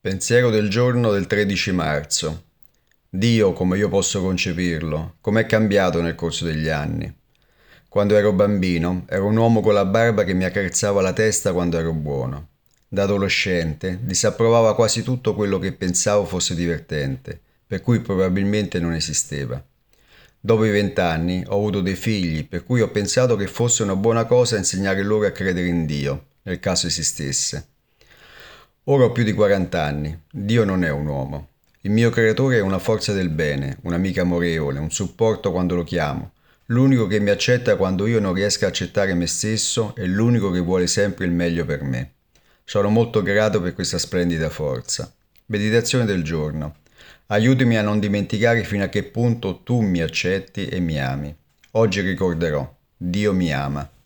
Pensiero del giorno del 13 marzo. Dio, come io posso concepirlo, com'è cambiato nel corso degli anni. Quando ero bambino, ero un uomo con la barba che mi accarezzava la testa quando ero buono. Da adolescente, disapprovava quasi tutto quello che pensavo fosse divertente, per cui probabilmente non esisteva. Dopo i 20 anni ho avuto dei figli, per cui ho pensato che fosse una buona cosa insegnare loro a credere in Dio, nel caso esistesse. Ora ho più di 40 anni. Dio non è un uomo. Il mio creatore è una forza del bene, un'amica amorevole, un supporto quando lo chiamo. L'unico che mi accetta quando io non riesco a accettare me stesso e l'unico che vuole sempre il meglio per me. Sono molto grato per questa splendida forza. Meditazione del giorno. Aiutami a non dimenticare fino a che punto tu mi accetti e mi ami. Oggi ricorderò, Dio mi ama.